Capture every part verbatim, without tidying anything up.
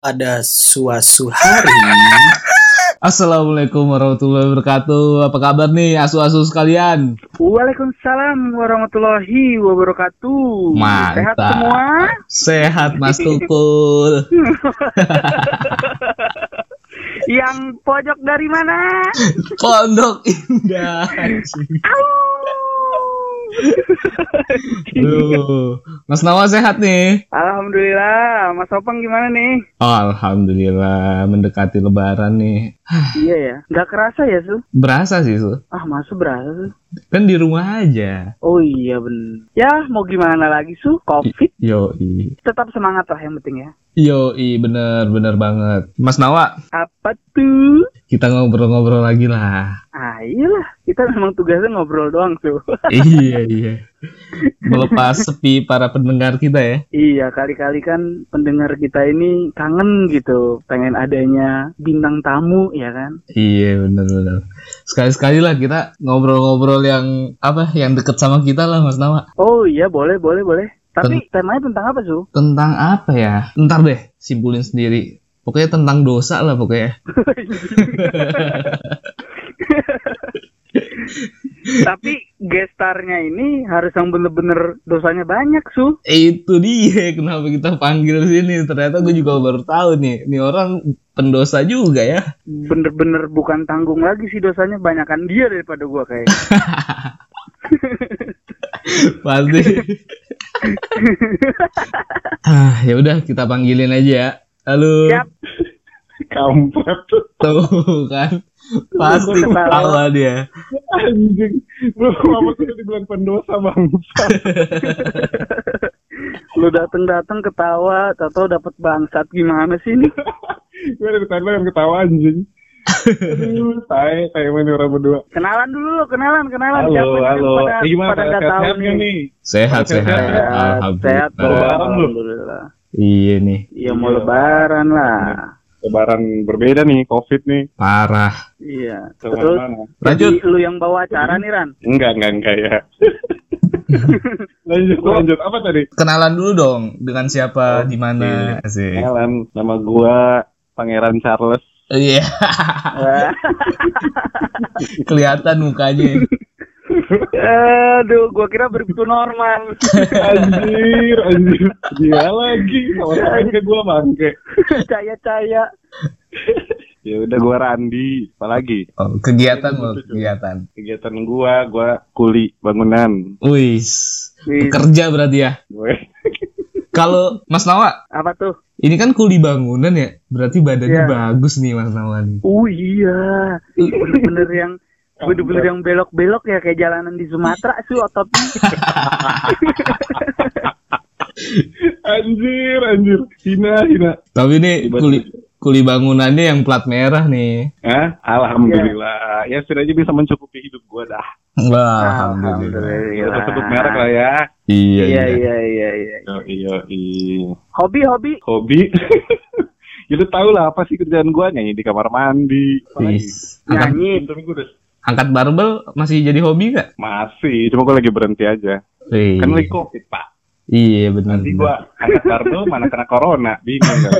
Pada suatu hari. Assalamualaikum warahmatullahi wabarakatuh. Apa kabar nih asu-asu sekalian? Waalaikumsalam warahmatullahi wabarakatuh. Mantap. Sehat semua? Sehat Mas Tukul. Yang pojok dari mana? Pondok Indah. Aduh, Mas Nawa sehat nih? Alhamdulillah. Mas Opang gimana nih? Alhamdulillah, mendekati lebaran nih. Iya ya, nggak kerasa ya Su? Berasa sih, Su. Ah masa berasa Su? Kan di rumah aja. Oh iya bener. Ya mau gimana lagi Su? Covid. Yoi. Tetap semangat lah yang penting ya. Yoi, bener-bener banget. Mas Nawa, Apa tuh? kita ngobrol-ngobrol lagi lah. Ah iyalah, kita memang tugasnya ngobrol doang Su. Iya, iya. Melepas sepi para pendengar kita ya. Iya, kali-kali kan pendengar kita ini kangen gitu, pengen adanya bintang tamu ya kan? Iya, benar-benar. Sekali-sekali lah kita ngobrol-ngobrol yang apa, yang deket sama kita lah, Mas Nawa. Oh iya, boleh, boleh, boleh. Tapi Ten- temanya tentang apa, Su? Tentang apa ya? Ntar deh, simpulin sendiri. Pokoknya tentang dosa lah pokoknya. Tapi gestarnya ini harus yang bener-bener dosanya banyak, Su. Itu dia kenapa kita panggil sini. Ternyata gue juga baru tahu nih. Ini orang pendosa juga ya. Bener-bener bukan tanggung lagi sih dosanya, banyakan dia daripada gua kayak. Pasti. Ah, ya udah kita panggilin aja ya. Halo. Siap. Kampret Tuh kan. Pasti Ketawa. ketawa dia. anjing. Lu apa sih dibilang pendosa bangsa? Lu dateng-dateng ketawa, tahu-tahu dapat bangsat gimana sih ini? Gue dari tadi yang ketawa anjing. Aduh, tai, tai mana orang berdua. Kenalan dulu, kenalan, kenalan. Halo, Siapa nih kan halo. pada, Eh, gimana pada nggak sehat tahu sehat nih. nih? Sehat, sehat. Sehat, Sehat, sehat, Alhamdulillah. Lebaran lu. alhamdulillah. Iya nih, Iya mau Iya. lebaran lah. Lebaran berbeda nih, Covid nih. parah. Iya. Coba Terus mana? Lanjut. jadi lu yang bawa acara nih Ran. Enggak, enggak, enggak ya. lanjut, lanjut. Apa tadi? Kenalan dulu dong dengan siapa, Oh, di mana sih? Kenalan, nama gua Pangeran Charles. Iya, kelihatan mukanya. Aduh, gua kira begitu normal. Anjir, anjir. Dia lagi, sama bangke gua bangke. Caya-caya. Ya udah gua Randi, apalagi? Oh, kegiatan lo, kegiatan. Kegiatan gua, gua kuli bangunan. Wis, Wih, kerja berarti ya. Gue Kalau Mas Nawa, apa tuh? ini kan kuli bangunan ya, berarti badannya Iya. bagus nih Mas Nawa nih. Oh iya. Bener-bener yang bener-bener yang belok-belok ya kayak jalanan di Sumatera sih ototnya. anjir, anjir. Hina, hina. Tapi ini Tiba-tiba. kuli kuli bangunannya yang plat merah nih. Hah? Alhamdulillah. Ya setidaknya bisa mencukupi hidup gua dah. Wah, alhamdulillah. Kita sebut merek lah ya. Iya, Iya iya. iya iya iya. Yo, iyo, iyo. Hobi hobi. Hobi. Ya lu tau lah apa sih kerjaan gua, nyanyi di kamar mandi. Apalagi? Wis. Angkat, Nyanyi. Tapi gua udah angkat barbel masih jadi hobi gak? masih, cuma gua lagi berhenti aja. Wih. Kan lagi Covid, Pak. Iya benar. Nanti gua angkat barbel mana kena corona, bingung kan.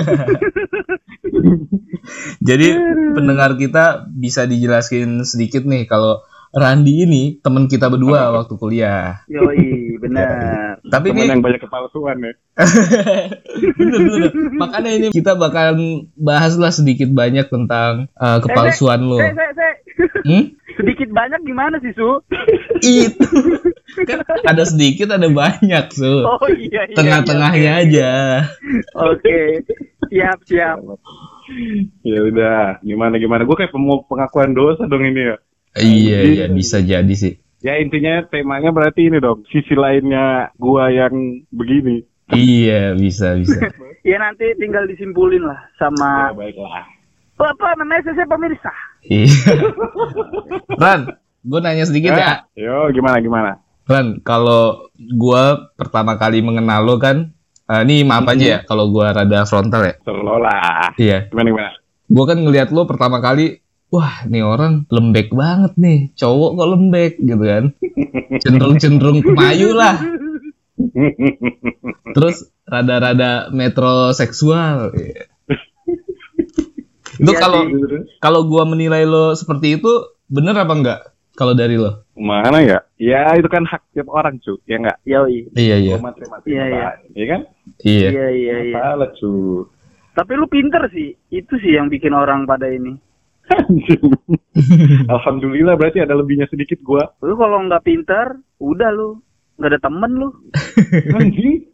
Jadi pendengar kita bisa dijelaskan sedikit nih kalau Randi ini teman kita berdua waktu kuliah. Yoi, benar. Tapi Temen ini yang banyak kepalsuan ya. bener, bener. Makanya ini kita bakalan bahas lah sedikit banyak tentang uh, kepalsuan lo. Saya saya saya. Hmm? Sedikit banyak gimana sih, Su? Itu kan ada sedikit ada banyak, Su. Oh iya iya. Tengah-tengahnya iya, aja. Oke. Siap siap. Ya udah, gimana gimana. Gua kayak pemu- pengakuan dosa dong ini ya. Iya, iya bisa jadi sih. Ya intinya temanya berarti ini dong, sisi lainnya gua yang begini. Iya, bisa, bisa. Ya nanti tinggal disimpulin lah Ya sama baiklah. apa namanya saya pemirsa. Iya. Ran, gue nanya sedikit ya. Eh, yo gimana gimana? Ran, kalau gue pertama kali mengenal lo kan, eh, ini maaf aja ya kalau gue rada frontal ya. Selalu lah. Iya. Gimana gimana? Gue kan ngelihat lo pertama kali, wah nih orang lembek banget nih, cowok kok lembek gitu kan. Cenderung-cenderung kemayu lah. Terus rada-rada metroseksual. Itu Iya kalau sih. kalau gua menilai lo seperti itu bener apa enggak? Kalau dari lo? Mana ya? Ya itu kan hak tiap orang cu, ya nggak? Yoi. Iya iya. Gua mati-mati Iya, iya. iya kan? Iya. Iya iya iya. Salah cu. Tapi lu pinter sih. Itu sih yang bikin orang pada ini. Anjing. Alhamdulillah berarti ada lebihnya sedikit gua. Lu kalau nggak pinter, udah lu nggak ada temen lu. Anjing.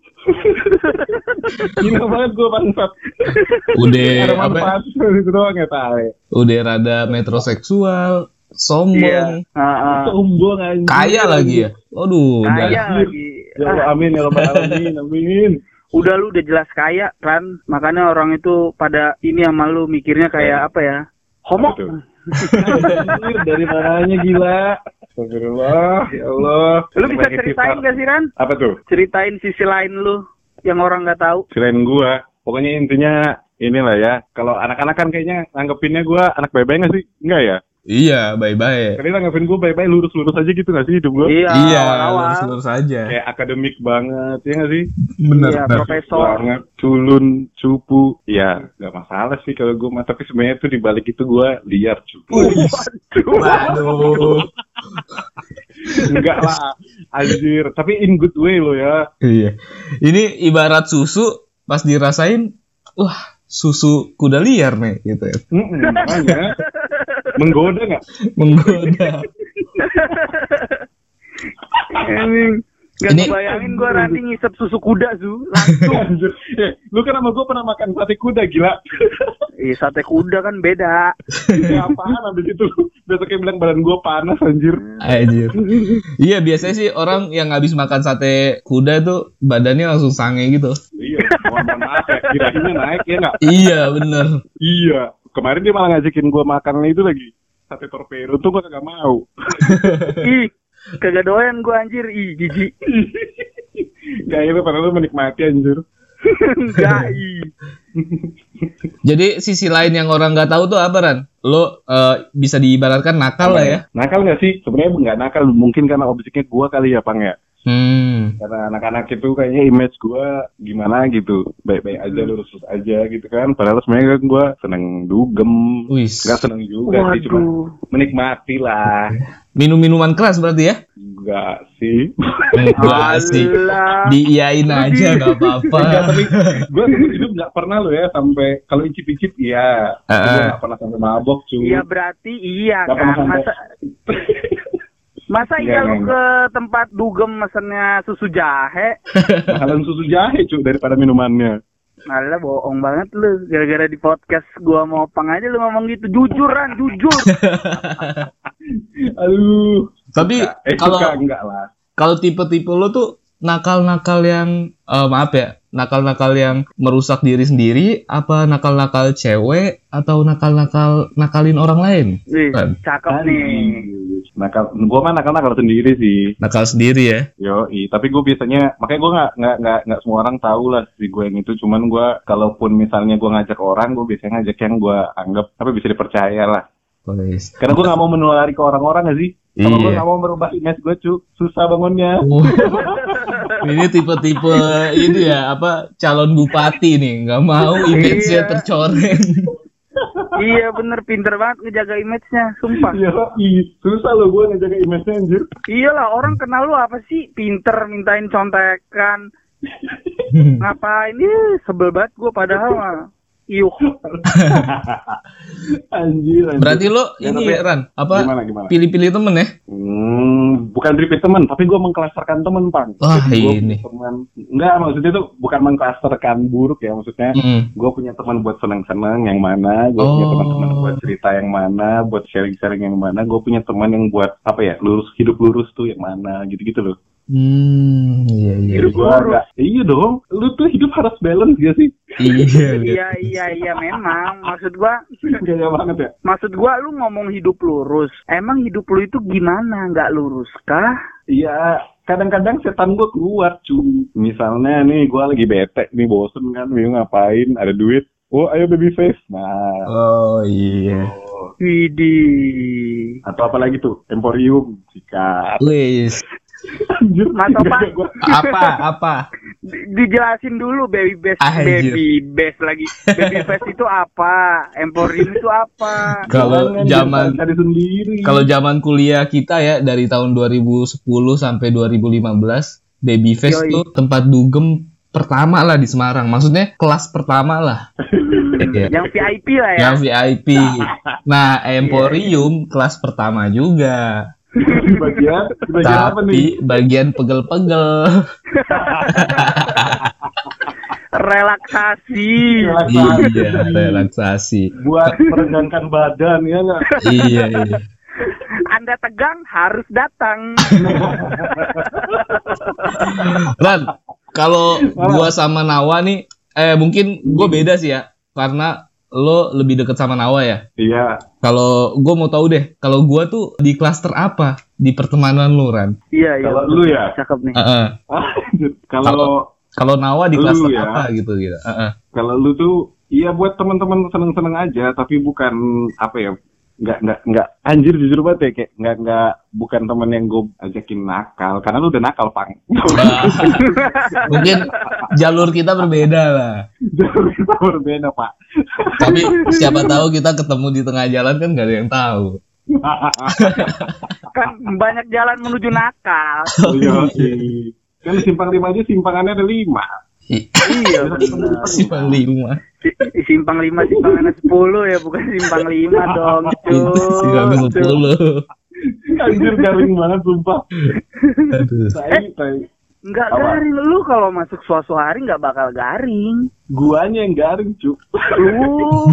Gila banget gua bangsat. Udah Ada apa? manfaat itu doang ya tahu. Udah rada metroseksual, sombong, Ah, ah. Sombong anjing. kaya lagi ya. Waduh, udah. Kaya lagi. Ya Allah Ah, amin ya rabbal alamin. Amin. udah lu udah jelas kaya kan. Makanya orang itu pada ini sama lu mikirnya kayak apa ya? Homo. Apa tuh? Anjir, dari mananya gila. Astagfirullah, ya Allah. Lu bisa Banyak ceritain sifat. gak sih Ran? Apa tuh? Ceritain sisi lain lu yang orang nggak tahu. Selain gua, pokoknya intinya inilah ya. Kalau anak-anak kan kayaknya nanggepinnya gua anak bye-bye nggak sih? Enggak ya? Iya, bye-bye. Kalian nanggepin gua bye-bye lurus-lurus aja gitu nggak sih hidup gua? Iya, Iya, awal-awal. lurus-lurus aja. Kayak akademik banget, ya nggak sih? Bener, Iya, bener. profesor. Banget, culun, cupu. Ya, nggak masalah sih kalau gua mah. Tapi sebenarnya tuh dibalik itu gua liar cupu. Waduh. Enggak lah, anjir. Tapi in good way lo ya. Iya. Ini ibarat susu pas dirasain, wah, susu kuda liar nih gitu ya. Mm-mm, makanya menggoda nggak? Menggoda. Anjing. Gak Ini- kebayangin gua nanti ngisep susu kuda Zu langsung. Anjir. Eh, lu kan sama gua pernah makan sate kuda gila. Ih, sate kuda kan beda. Ya apaan abis itu besoknya bilang badan gua panas anjir. Anjir. Iya, biasanya sih orang yang habis makan sate kuda tuh badannya langsung sange gitu. Iya, mohon mohon maaf ya, kirainnya naik ya nggak? Iya, bener. Iya, kemarin dia malah ngajakin gua makan itu lagi. Sate torpedo tuh gua kagak mau. Ih, kagak doyan gua anjir. Ih, jijik. Kayak itu padahal lu menikmati anjir. Enggak, ih. Jadi sisi lain yang orang nggak tahu tuh apa, Ran? Lo eh, bisa diibaratkan nakal lah ya. Nakal nggak sih? Sebenarnya nggak nakal, mungkin karena objeknya gua kali ya, Pang ya. Hmm. Karena anak-anak itu kayaknya image gua gimana gitu, baik-baik aja, lurus-lurus aja gitu kan. Padahal sebenarnya kan gua seneng dugem, Wis. nggak seneng juga sih, cuma Waduh. menikmati lah. Minum-minuman keras berarti ya? Enggak sih. Enggak sih. Alah. Diiyain aja nggak apa-apa. Enggak, tapi gue seumur hidup nggak pernah lo ya sampai kalau incip-incip iya, tapi gue Ah. nggak pernah sampai mabok cuy. Iya berarti iya Nggak pernah kan. sampai. Masa masa Nggak, iya lu nggak, ke tempat dugem mesennya susu jahe? Mahalan susu jahe cuy daripada minumannya. Alah bohong banget lu. Gara-gara di podcast gua mau pang aja lu ngomong gitu. Jujur Ran, jujur. Aduh. Tapi Suka. eh, kalau suka enggak lah. kalau tipe-tipe lo tuh nakal-nakal yang eh, maaf ya, nakal-nakal yang merusak diri sendiri, apa nakal-nakal cewek atau nakal-nakal nakalin orang lain? Wih, Kan? cakep nih. Nakal, gue mah nakal-nakal sendiri sih. Nakal sendiri ya. Yo, tapi gue biasanya, makanya gue nggak nggak nggak nggak semua orang tahu lah si gue yang itu. Cuman gue, kalaupun misalnya gue ngajak orang, gue biasanya ngajak yang gue anggap apa bisa dipercaya lah. Guys. Karena gue nggak mau menulari ke orang-orang nggak sih. Kalau gue Iya. nggak mau merubah image gue cu, susah bangunnya. Oh. Ini tipe-tipe ini ya, apa calon bupati nih, nggak mau image-nya Iya. tercoreng. Iya bener, pinter banget ngejaga image-nya, sumpah. Iya, ih, susah loh gue ngejaga image-nya anjir. Iyalah, orang kenal lu apa sih? Pinter, mintain contekan. Ngapain? Ih, sebel banget gue padahal mah. Iyuh. Anjir, anjir. Berarti lo Ya, ini tapi- Ran, apa Gimana, gimana? pilih-pilih temen ya? Hmm, bukan repeat teman, tapi gue mengklasterkan teman, Pang. Wah, Jadi gua ini. punya teman, enggak maksudnya tuh bukan mengklasterkan buruk ya, maksudnya Mm. gue punya teman buat senang-senang yang mana, gue punya Oh. teman-teman buat cerita yang mana, buat sharing-sharing yang mana, gue punya teman yang buat apa ya, lurus hidup lurus tuh yang mana, gitu-gitu loh. Hmm, iya iya. Hidup gue enggak, iya dong, lu tuh hidup harus balance gak sih? Iya, iya. Iya, iya, iya memang. Maksud gua, Gaya banget ya. maksud gua lu ngomong hidup lurus. Emang hidup lu itu gimana? Nggak lurus kah? Iya, kadang-kadang setan gue keluar cuy. Misalnya nih gue lagi bete nih, bosen kan, bingung ngapain, ada duit. Oh ayo baby face. Nah, Oh iya. oh. Widih. Atau apa lagi tuh, Emporium, sikat. Wis. Anjir, Mas Opa. gak gua. Apa? Apa? Di- dijelasin dulu baby base, Anjir. baby base lagi. Baby face itu apa? Emporium itu apa? Kalau Jangan, zaman jangan cari sendiri. kalau zaman kuliah kita ya dari tahun dua ribu sepuluh sampai dua ribu lima belas, Babyface Yoi. tuh tempat dugem pertama lah di Semarang. Maksudnya kelas pertama lah. Iya. Yang V I P lah ya. Yang V I P. Nah, Emporium kelas pertama juga. Di bagian, di bagian apa nih? Tapi bagian pegel-pegel. Relaksasi. Relaksasi. Iya, relaksasi. Buat meregangkan badan ya nggak? Iya, iya. Anda tegang harus datang. Ran, kalau gua sama Nawa nih, eh mungkin gua beda sih ya, karena lo lebih deket sama Nawa ya. Iya. Kalau gua mau tahu deh, kalau gua tuh di klaster apa di pertemanan lu, Ran? Iya, iya. Kalau lu ya? Cakep nih. Heeh. Kalau Kalau Nawa di Lu klaster ya. apa gitu gitu. Heeh. kalau lu tuh iya buat teman-teman seneng-seneng aja, tapi bukan apa ya? Nggak nggak nggak anjir jujur banget ya kayak nggak nggak bukan temen yang gue ajakin nakal karena lu udah nakal pang. Mungkin jalur kita berbeda lah. Jauh kita berbeda pak. Tapi siapa tahu kita ketemu di tengah jalan kan gak ada yang tahu. Kan banyak jalan menuju nakal. Oh, iya, iya. Kan di simpang lima aja simpangannya ada lima. Iya, benar. Simpang lima. Si- Simpang lima, simpangan sepuluh ya, bukan simpang lima dong, Simpang cuy. sepuluh. Anjir garing banget sumpah. Aduh. Tai, tai. Enggak Apa? garing, lu kalau masuk suatu hari nggak bakal garing. Guanya yang garing cu. Lu.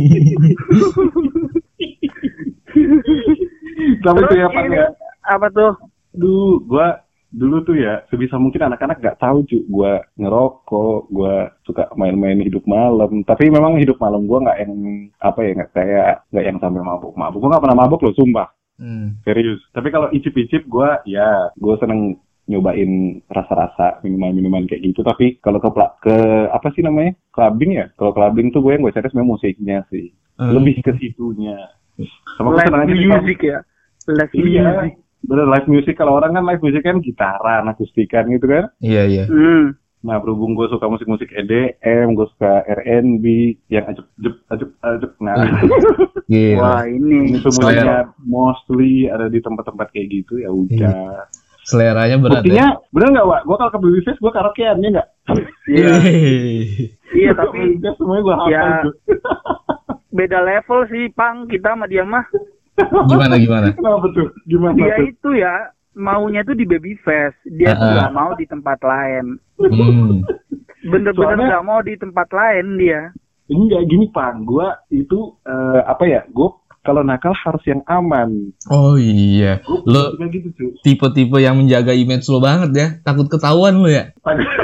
Tapi Terus tuh ya pak ini, ya. apa tuh? Duh, gua dulu tuh ya sebisa mungkin anak-anak nggak tahu cu. Gua ngerokok, gua suka main-main hidup malam. Tapi memang hidup malam gua nggak yang apa ya nggak kayak nggak yang sampai mabuk-mabuk. Gua nggak pernah mabuk loh, sumpah. Hmm. Serius. Tapi kalau icip-icip gua ya gua seneng nyobain rasa-rasa minuman-minuman kayak gitu. Tapi kalau ke pla- ke apa sih namanya clubbing ya? Kalau clubbing tuh gue yang gue cari sebenarnya musiknya sih. Hmm. Lebih ke situnya. Sama gue Live seneng aja sih, music ya. Live Iya, music. bener live music. Kalau orang kan live music kan gitaran, akustikan gitu kan. Iya, iya. Hmm. Nah berhubung gue suka musik-musik E D M, gue suka R and B, yang ajup-ajup, ajup-ajup. Nah, Gila. Wah, ini. ini semuanya mostly ada di tempat-tempat kayak gitu ya udah. Seleranya berat Buktinya, bener nggak Wak? Gue kalau ke Babyface gue karaokean, ya nggak? Iya. ya. Iya, tapi Udah, semuanya gue hafal ya, tuh. beda level sih, Pang. Kita sama dia mah. Gimana gimana? Kenapa tuh? Gimana Dia tuh? itu ya maunya tuh di Babyface. Dia tuh Ah, ah. nggak mau di tempat lain. Hmm. Bener-bener Soalnya- nggak mau di tempat lain dia. Enggak gini Pang, gue itu eh, apa ya? Gue kalau nakal harus yang aman. Oh iya. Gue Lo suka gitu tuh. tipe-tipe yang menjaga image lo banget ya. Takut ketahuan lo ya.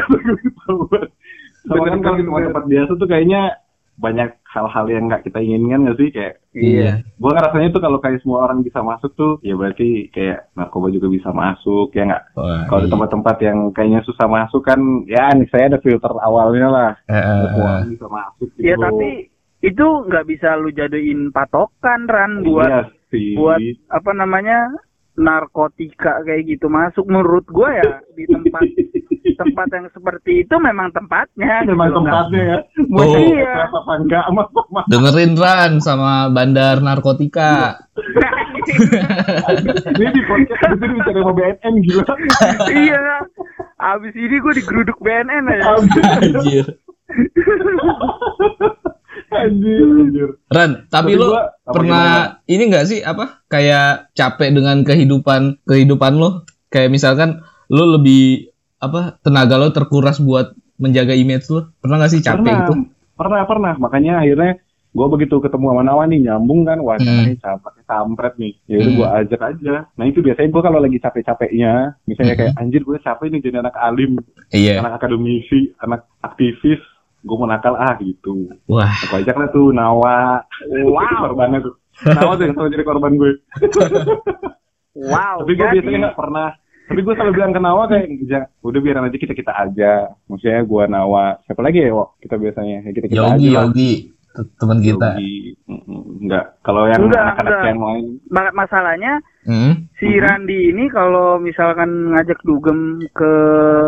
Soalnya kan kalau di tempat-tempat biasa tuh kayaknya banyak hal-hal yang nggak kita inginkan nggak sih kayak Iya. gue ngerasanya tuh kalau kayak semua orang bisa masuk tuh ya berarti kayak narkoba juga bisa masuk ya nggak. Wah, Kalau di iya. tempat-tempat yang kayaknya susah masuk kan ya nih saya ada filter awalnya lah. Eh, eh, Semua eh. orang bisa masuk gitu. Ya tapi itu nggak bisa lu jadiin patokan, Ran, buat Iya sih. buat apa namanya narkotika kayak gitu masuk. Menurut gua ya di tempat tempat yang seperti itu memang tempatnya. Memang gitu loh, tempatnya ya. Mau Oh. iya. apa enggak sama sama. Dengerin Ran sama bandar narkotika. Ini di podcast itu bicara sama B N N gila. Iya. Abis ini gua digeruduk B N N aja. Anjir. Anjir, anjir. Ran, tapi, Tapi lo gua- apa pernah ini nggak sih apa kayak capek dengan kehidupan kehidupan lo? Kayak misalkan lo lebih apa tenaga lo terkuras buat menjaga image lo? Pernah nggak sih capek Pernah, itu? pernah, pernah. Makanya akhirnya gue begitu ketemu sama Nawa nih nyambung kan, wah Hmm. ini capek kampret nih. Ya udah Hmm. gue ajak aja. Nah itu biasanya gue kalau lagi capek-capeknya, misalnya Hmm. kayak anjir gue capek nih jadi anak alim, Iya. anak akademisi, anak aktivis, gue mau nakal ah gitu. Wah. Aku ajak lah tuh Nawa. Wow. Korbannya tuh. Nawa tuh yang selalu jadi korban gue. Wow. Tapi gue jadi biasanya nggak pernah. Tapi gue selalu bilang ke Nawa kayak, "Ja, udah biar nanti kita kita aja. Maksudnya gue Nawa. Siapa lagi ya, Wok? Kita biasanya ya, kita kita Yogi, aja lah. Yogi, t- teman kita. Yogi. Mm-mm. Enggak. Kalau yang Enggak, anak-anak enggak. yang lain, ma- masalahnya Hmm? si Randi ini kalau misalkan ngajak dugem ke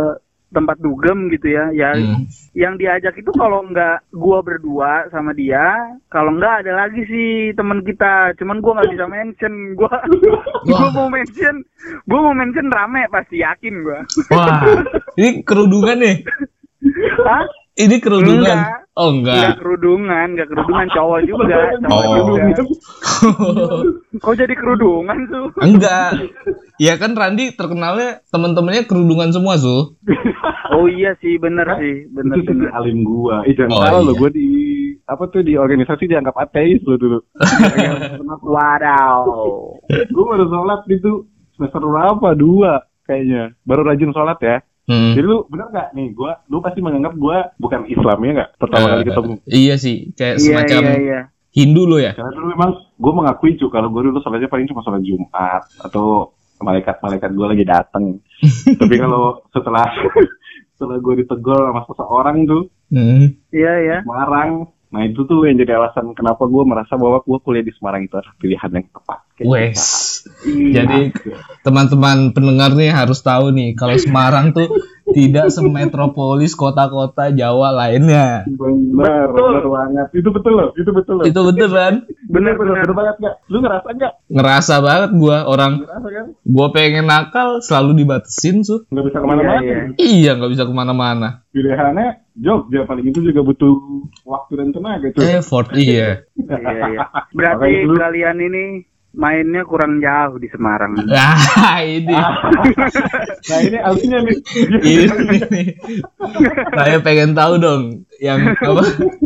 tempat dugem gitu ya. Ya Hmm. yang diajak itu kalau nggak gua berdua sama dia, kalau nggak ada lagi sih teman kita. Cuman gua nggak bisa mention. Gua gua mau mention, gua mau mention rame pasti yakin gua. Wah, ini kerudungan nih. Hah? Ini kerudungan. Enggak. Oh Nggak enggak. kerudungan, nggak kerudungan, cowok juga, cowok Oh. juga. Kok jadi kerudungan tuh? Enggak. Ya kan Randi terkenalnya teman-temannya kerudungan semua, Su. Oh iya sih, bener sih, bener Itu sih bener. alim gua. Ih, jangan Oh, salah lo, iya. gua di apa tuh di organisasi dianggap ateis lo dulu. Wadaw. Gua baru sholat itu semester berapa? Dua kayaknya. Baru rajin sholat ya. Hmm. Jadi lu bener nggak nih? Gua, lu pasti menganggap gua bukan Islam ya nggak? Pertama Eh, kali ketemu. Iya sih, kayak Iya semacam iya iya. Hindu lo ya. Karena dulu memang gue mengakui cuy kalau gue dulu sholatnya paling cuma sholat Jumat atau malaikat-malaikat gue lagi dateng. Tapi kalau setelah setelah gue ditegur sama seseorang tuh Hmm. Iya iya. Semarang, nah itu tuh yang jadi alasan kenapa gue merasa bahwa gue kuliah di Semarang itu adalah pilihan yang tepat. Kayak Wes. Iya. Jadi teman-teman pendengar nih harus tahu nih kalau Semarang tuh tidak semetropolis kota-kota Jawa lainnya. benar, Betul. benar banget. Itu betul loh, itu betul loh. Itu bener kan? Bener bener, bener. bener banget nggak? Lu ngerasa nggak? Ngerasa banget gua orang Ngerasa kan? gua pengen nakal selalu dibatasin, Su. Nggak bisa kemana-mana. Iya, Iya, nggak bisa kemana-mana. Pilihannya Jogja paling itu juga butuh waktu dan tenaga cuy. Effort, iya. Iya iya. Berarti Makanya dulu- kalian ini mainnya kurang jauh di Semarang. Ah, ini. Nah ini alfinya nih. ini. Saya pengen tahu dong yang apa?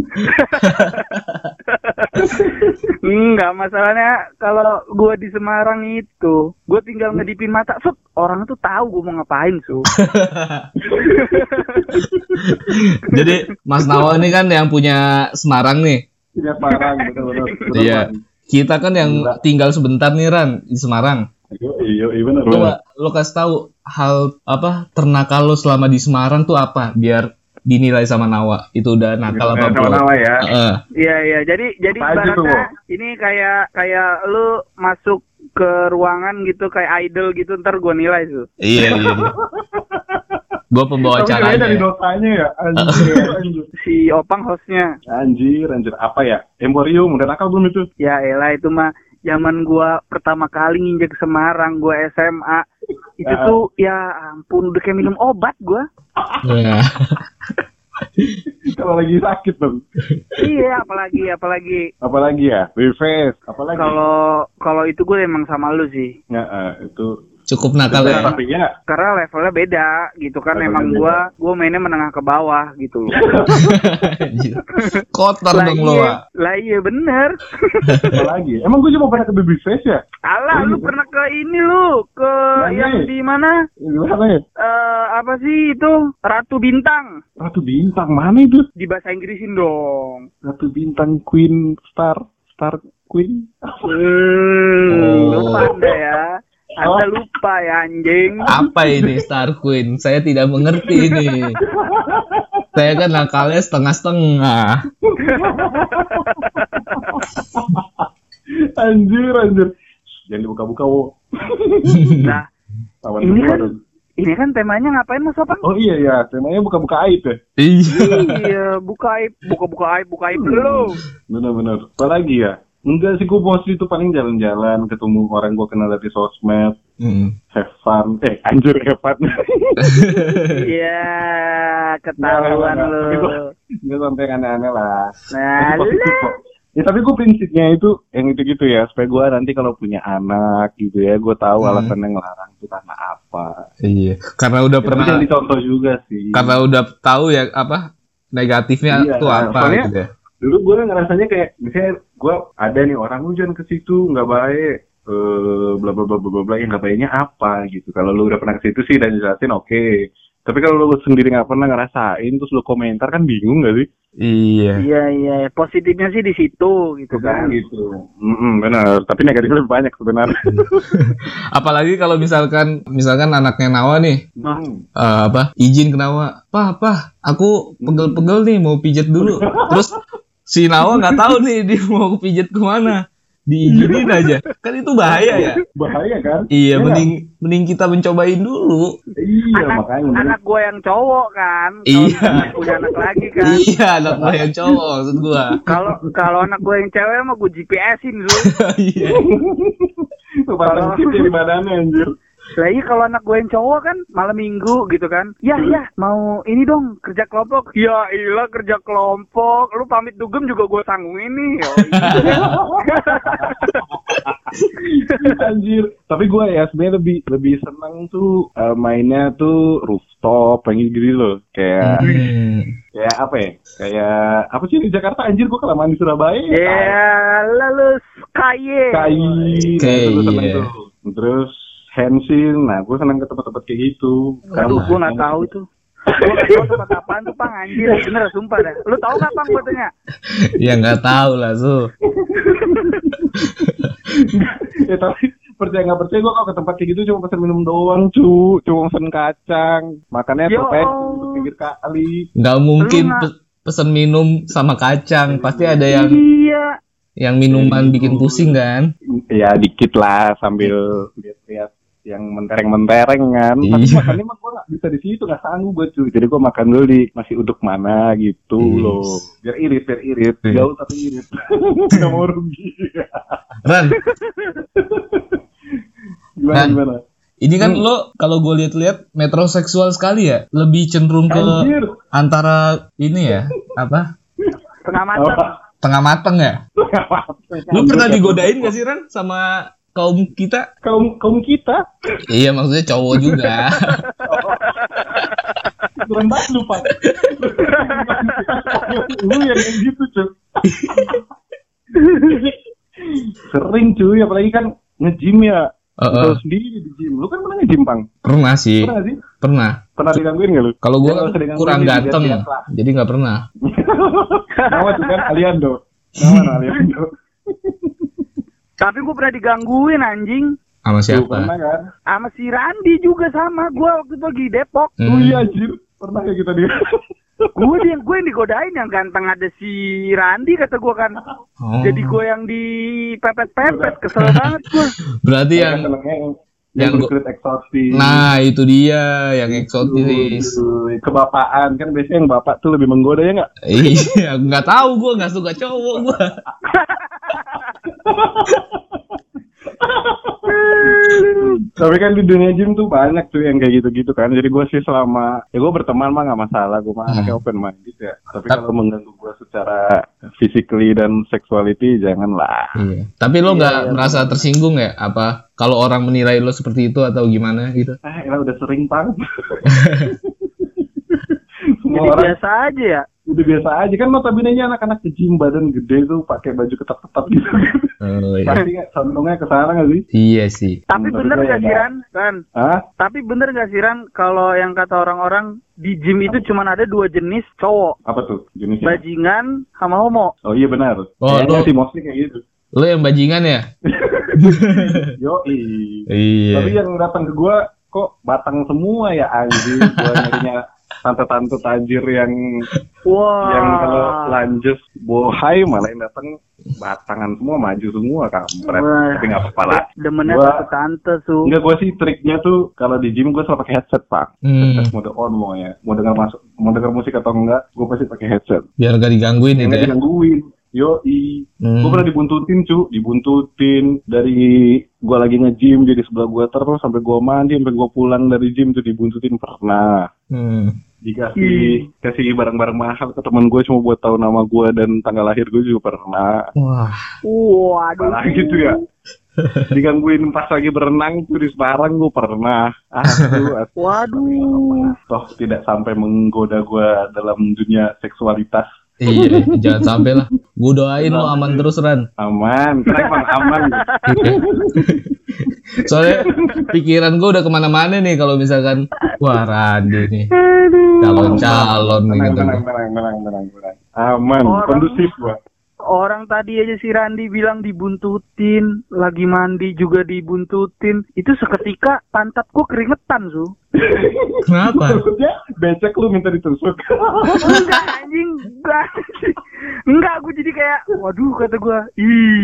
Enggak, masalahnya kalau gua di Semarang itu, gua tinggal ngedipin mata, set, orang tuh tahu gua mau ngapain, Su. Jadi Mas Nawa ini kan yang punya Semarang nih. Tidak parang, benar-benar. Iya. Kita kan yang tinggal sebentar nih Ran di Semarang. Iya, iya benar. Coba lo kasih tahu hal apa ternakal lo selama di Semarang tuh apa biar dinilai sama Nawa itu udah nakal apa Sama belum? Nawa ya. Heeh. Iya iya, jadi jadi Apa aja tuh, ibaratnya ini kayak kayak lu masuk ke ruangan gitu kayak idol gitu, ntar gua nilai, Su. Iya iya. Gue pembawa Tapi kayaknya dari acaranya. dosanya ya. Anjir, anjir. Si Opang hostnya. Anjir, anjir. Apa ya? Emporium, udah nakal belum itu? Ya elah, itu mah zaman gua pertama kali nginjek Semarang, gua S M A. Itu Ah. tuh ya ampun udah kayak minum obat gua. Iya. Kalau lagi sakit dong. Iya, apalagi apalagi Apalagi ya? Refresh. Apalagi? kalau kalau itu gue emang sama lu sih. Ya, eh, itu. Cukup nakal ya. Tapi ya. Karena levelnya beda gitu kan. Levelnya Emang beda. gua gua mainnya menengah ke bawah gitu loh. Anjir. Kotor Lah dong lo. iya, Wak. lah iya bener. Apalagi? Emang gue cuma pernah ke baby face ya? Alah, lu pernah ke ini lu, ke Mana? yang di mana? Di mana ya? Eh apa sih itu? Ratu Bintang. Ratu Bintang mana itu? Di bahasa Inggrisin dong. Ratu Bintang Queen Star Star Queen. Hmm, Oh. lupa Anda ya. Anda lupa ya anjing. Apa ini Star Queen? Saya tidak mengerti ini. Saya kan nakalnya setengah-setengah. Anjir, anjir. Jangan dibuka-buka, wo. Nah, Tawan ini semua kan dong. ini kan temanya ngapain Mas Opang? Oh iya ya, temanya buka-buka aib ya. Iya. Iya, buka aib, buka-buka aib, buka aib dulu. Bener-bener. Apalagi ya? Enggak sih, gue mostly itu paling jalan-jalan, ketemu orang gue kenal dari sosmed, Hmm. have fun. Eh, anjir, have fun. Iya, ketahuan Nggak, lu. nggak, nggak. Nggak sampai yang aneh-aneh lah. Nah, Tapi positif lah. kok. Ya tapi gue prinsipnya itu yang itu-gitu ya, supaya gue nanti kalau punya anak gitu ya, gue tahu Hmm. alasan yang ngelarang itu karena apa. Iya. Karena udah Ya, tapi pernah jangan dicontoh juga sih. karena udah tahu ya apa negatifnya Iya, tuh apa soalnya- gitu ya. Dulu gue ngerasanya kayak, misalnya gue ada nih orang, lu jangan ke situ, nggak baik, eh bla bla bla bla bla bla, yang nggak baiknya apa gitu. Kalau lu udah pernah ke situ sih dan jelasin oke. Tapi kalau lu sendiri nggak pernah ngerasain, terus lu komentar kan bingung nggak sih? Iya. Iya, iya, positifnya sih di situ gitu kan. Gitu. Mm-mm, benar. Tapi negatifnya lebih banyak sebenarnya. Apalagi kalau misalkan misalkan anaknya Nawa nih Hmm. eh, apa izin ke Nawa, "Pah, pah, aku pegel-pegel nih mau pijet dulu." Terus si Nawa nggak tahu nih dia mau pijet kemana. diizinin aja. Kan itu bahaya ya. Bahaya kan? Iya, Iya. mending mending kita mencobain dulu. Iya, anak, makanya. anak gue yang cowok kan. Iya. Kalau dia punya anak lagi kan. Iya, anak gua yang cowok maksud gua. Kalau kalau anak gue yang cewek mah gue G P S-in lu. Iya. Tuh pasang chip di badannya anjir. Lah iya kalau anak gue yang cowok kan malam minggu gitu kan. Ya ya mau ini dong kerja kelompok. Ya iyalah kerja kelompok. Lu pamit dugem juga gue tanggungin nih. Oh, iya. Anjir. Tapi gue ya sebenarnya lebih lebih seneng tuh eh, mainnya tuh rooftop kayak gitu loh. Kayak Hmm. kayak apa ya? Kayak apa sih di Jakarta anjir gue kelamaan di Surabaya. Ya lalu kaye. Kai. Nah, itu gue seneng Iya. tuh. Terus Hensin, nah gue seneng ke tempat-tempat kayak gitu. Aduh gue nggak tahu itu. Gue nggak tahu tempat apaan tuh Pang anjir. Bener sumpah dah. Lu tahu nggak Pang gue tanya? Ya nggak tahu lah, Su. Ya tapi percaya nggak percaya gue kalau ke tempat kayak gitu cuma pesen minum doang cu, cuma pesen kacang, makannya Yo. topeng untuk pinggir kali. Nggak mungkin Lu nggak- pe- pesen minum sama kacang. Pasti ada yang Iya. yang minuman bikin pusing kan? Ya dikit lah sambil lihat-lihat yang mentereng-mentereng kan. Tapi Iya. makannya mah gue nggak bisa di situ, nggak sanggup gue cuy. Jadi gue makan dulu di masih uduk mana gitu Yes. loh. Biar irit, biar irit. Iya. Jauh tapi irit. Nggak mau rugi. Ran, Gimana Kan? gimana? ini kan Hmm. lo kalau gue lihat-lihat metroseksual sekali ya, lebih cenderung ke Anjir. antara ini ya, apa? Tengah matang. Apa? Tengah mateng ya. Lu pernah digodain gak sih Ran sama kaum kita? Kaum kaum kita Iya, maksudnya cowok juga. keren banget lu Pak. Lu yang kayak gitu cuy. Sering cuy, apalagi kan nge-gym ya. Heeh. Lu sendiri di gym. Lu kan pernah nge-gym Pang? Pernah sih, Pernah nggak sih? pernah. Pernah digangguin nggak lu? Kalau gue Ya, nggak usah digangguin, kurang dia ganteng, lihat-lihat lah. jadi nggak pernah. Nama tuh kan Aliando. Nama Aliando. Tapi gue pernah digangguin anjing. Sama Tuh, siapa? pernah kan? Sama si Randi juga sama. Gue waktu itu lagi di Depok. Hmm. Oh iya anjir. Pernah kayak kita dia. Gue yang gue yang digodain yang ganteng ada si Randi kata gue kan. Oh. Jadi gue yang dipepet-pepet. Kesel banget gue. Berarti yang senengnya yang yang yang gua- kulit eksotis. nah itu dia yang eksotis. Tuh, kebapaan kan biasanya yang bapak tuh lebih menggoda ya nggak? Iya, nggak tahu gue nggak suka cowok gue. Tapi kan di dunia gym tuh banyak tuh yang kayak gitu-gitu kan. Jadi gue sih selama ya gue berteman mah nggak masalah. Gue mah anaknya open minded ya. Tapi Tap- kalau mengganggu gue secara physically dan sexuality janganlah. Iya. Tapi lo Iya, nggak iya, merasa tersinggung ya? Apa kalau orang menilai lo seperti itu atau gimana gitu? Ah, ya udah sering banget. Semua Jadi orang biasa aja ya. udah biasa aja kan, notabene-nya anak-anak ke gym badan gede tuh pakai baju ketat-ketat gitu. Oh, iya. Pasti nggak condongnya ke sana nggak sih? Iya sih. Tapi Hmm, bener tapi gak ya sih nggak. Ran? Ran? Hah? Tapi bener gak sih Ran? Kalau yang kata orang-orang di gym itu cuma ada dua jenis cowok. Apa tuh jenisnya? Bajingan sama homo. Oh iya benar. Oh, Kayaknya lu- sih mostly kayak gitu. Lo yang bajingan ya? Yoi. Iya. Tapi yang datang ke gua kok batang semua ya anjing. Gua nyarinya tante-tante tajir yang Wah. yang kalau lanjut bohai malah yang datang batangan semua, maju semua kampret. Wah. Tapi nggak apa-apa lah. Demennya Gua- satu tante su. Enggak, gua sih triknya tuh kalau di gym gua selalu pakai headset Pak. Hmm, Headset mode on mau ya. Mau dengar masuk, mau dengar musik atau enggak, gua pasti pakai headset. biar gak digangguin Yang itu nggak ya. digangguin. Yoi. Hmm. Gue pernah dibuntutin cu, dibuntutin dari gue lagi nge-gym jadi sebelah gue terus sampai gue mandi sampai gue pulang dari gym tuh dibuntutin pernah. Hmm. Dikasih kasih barang-barang mahal ke teman gue cuma buat tahu nama gue dan tanggal lahir gue juga pernah. Wah. Waduh. Apalagi tuh ya. Digangguin pas lagi berenang tuh di Semarang gue pernah. Aduh, aduh. Waduh. Toh tidak sampai menggoda gue dalam dunia seksualitas. Iya, jangan sampai lah. Gue doain lo aman terus Ran. Aman, kenapa aman? Soalnya pikiran gue udah kemana-mana nih kalau misalkan wah Randi nih calon-calon nih Tenang, gitu. tenang, tenang, tenang, tenang, tenang. Aman, Orang- kondusif gua. Orang tadi aja si Randi bilang dibuntutin, lagi mandi juga dibuntutin. Itu seketika pantatku keringetan, Su. Kenapa? Maksudnya becek lu minta ditusuk. Enggak anjing, enggak. Enggak, gue jadi kayak, waduh kata gue, ih,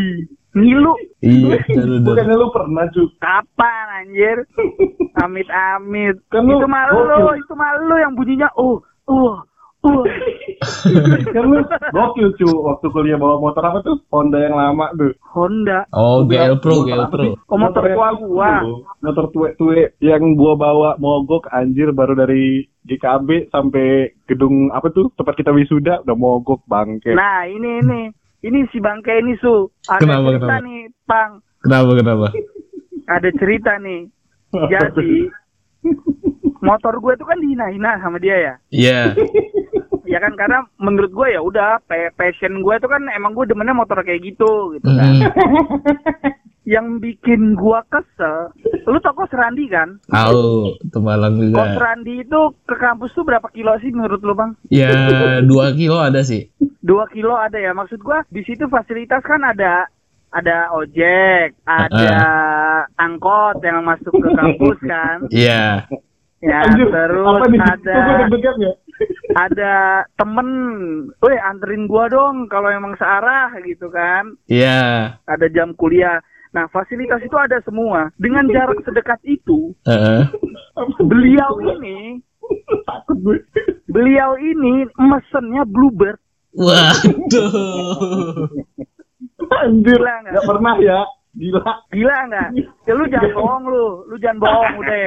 Ngilu. Iya, bener. Bukannya lu pernah cu? Kapan anjir? Amit-amit. Kan lu itu malu, gokil. itu malu yang bunyinya oh, oh, oh. Kan lu gokil cu, waktu kuliah bawa motor apa tuh? Honda yang lama tuh. Honda. Oh, G L Pro, G Motor L apa Pro. sih? Oh, motor yang tua itu gua. loh. Motor tue-tue yang gua bawa mogok anjir baru dari G K B sampai gedung apa tuh tempat kita wisuda udah mogok bangke. Nah, ini ini. Ini si bangke ini Su. Ada Kenapa, cerita kenapa? nih, Pang. Kenapa, kenapa? Ada cerita nih. Jadi motor gue tuh kan dihina-hina sama dia ya. Iya. Ya kan karena menurut gue ya udah pe- passion gue tuh kan emang gue demennya motor kayak gitu gitu kan. Hmm. Yang bikin gue kesel, lu tau Kos Randi kan? Tahu, Temalang Kos juga. Randi itu ke kampus tuh berapa kilo sih menurut lu Bang? Ya, dua kilo ada sih. Dua kilo ada ya. Maksud gue di situ fasilitas kan ada ada ojek, ada angkot yang masuk ke kampus kan. Iya. Ya, Anjir, terus apa nih? ada Tuh, gua deg-degan ya. ada temen, weh anterin gua dong kalau emang searah gitu kan. Iya. Ada jam kuliah. Nah, fasilitas itu ada semua. Dengan jarak sedekat itu, Heeh. beliau ini, Takut gue. beliau ini mesennya Bluebird. Waduh. Anjir, Gila nggak? nggak pernah ya. Gila. Gila nggak? Ya lu jangan bohong lu, lu jangan bohong udah.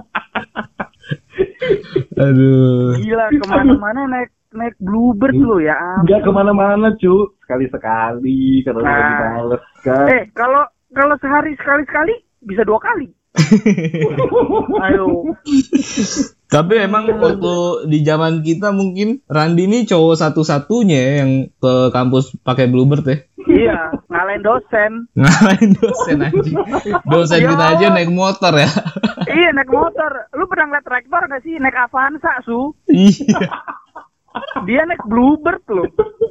Aduh. Gila kemana-mana naik naik Bluebird lu ya. ampun. Nggak kemana-mana cu. Sekali-sekali kalau Nah. lagi males kan. Eh, kalau kalau sehari sekali-sekali bisa dua kali. Ayo. Tapi emang waktu di zaman kita mungkin Randi ini cowok satu-satunya yang ke kampus pakai Bluebird ya. Iya, ngalahin dosen. Ngalahin dosen anjing. Dosen Ya kita aja Allah. naik motor ya. Iya, naik motor. Lu pernah ngeliat traktor gak sih? Naik Avanza, Su. Iya. Dia naik Bluebird loh.